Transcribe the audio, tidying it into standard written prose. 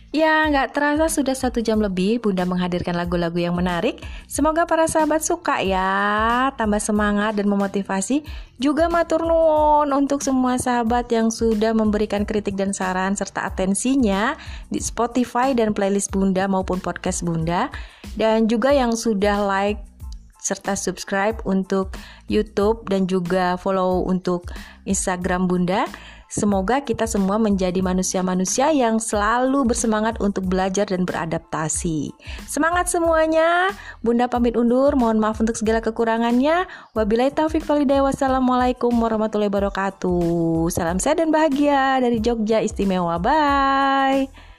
Ya, nggak terasa sudah 1 jam lebih Bunda menghadirkan lagu-lagu yang menarik. Semoga para sahabat suka ya, tambah semangat dan memotivasi. Juga matur nuwun untuk semua sahabat yang sudah memberikan kritik dan saran serta atensinya di Spotify dan playlist Bunda maupun podcast Bunda. Dan juga yang sudah like serta subscribe untuk YouTube dan juga follow untuk Instagram Bunda. Semoga kita semua menjadi manusia-manusia yang selalu bersemangat untuk belajar dan beradaptasi. Semangat semuanya. Bunda pamit undur. Mohon maaf untuk segala kekurangannya. Wabillahi taufik walhidayah. Wassalamualaikum warahmatullahi wabarakatuh. Salam sehat dan bahagia dari Jogja Istimewa. Bye.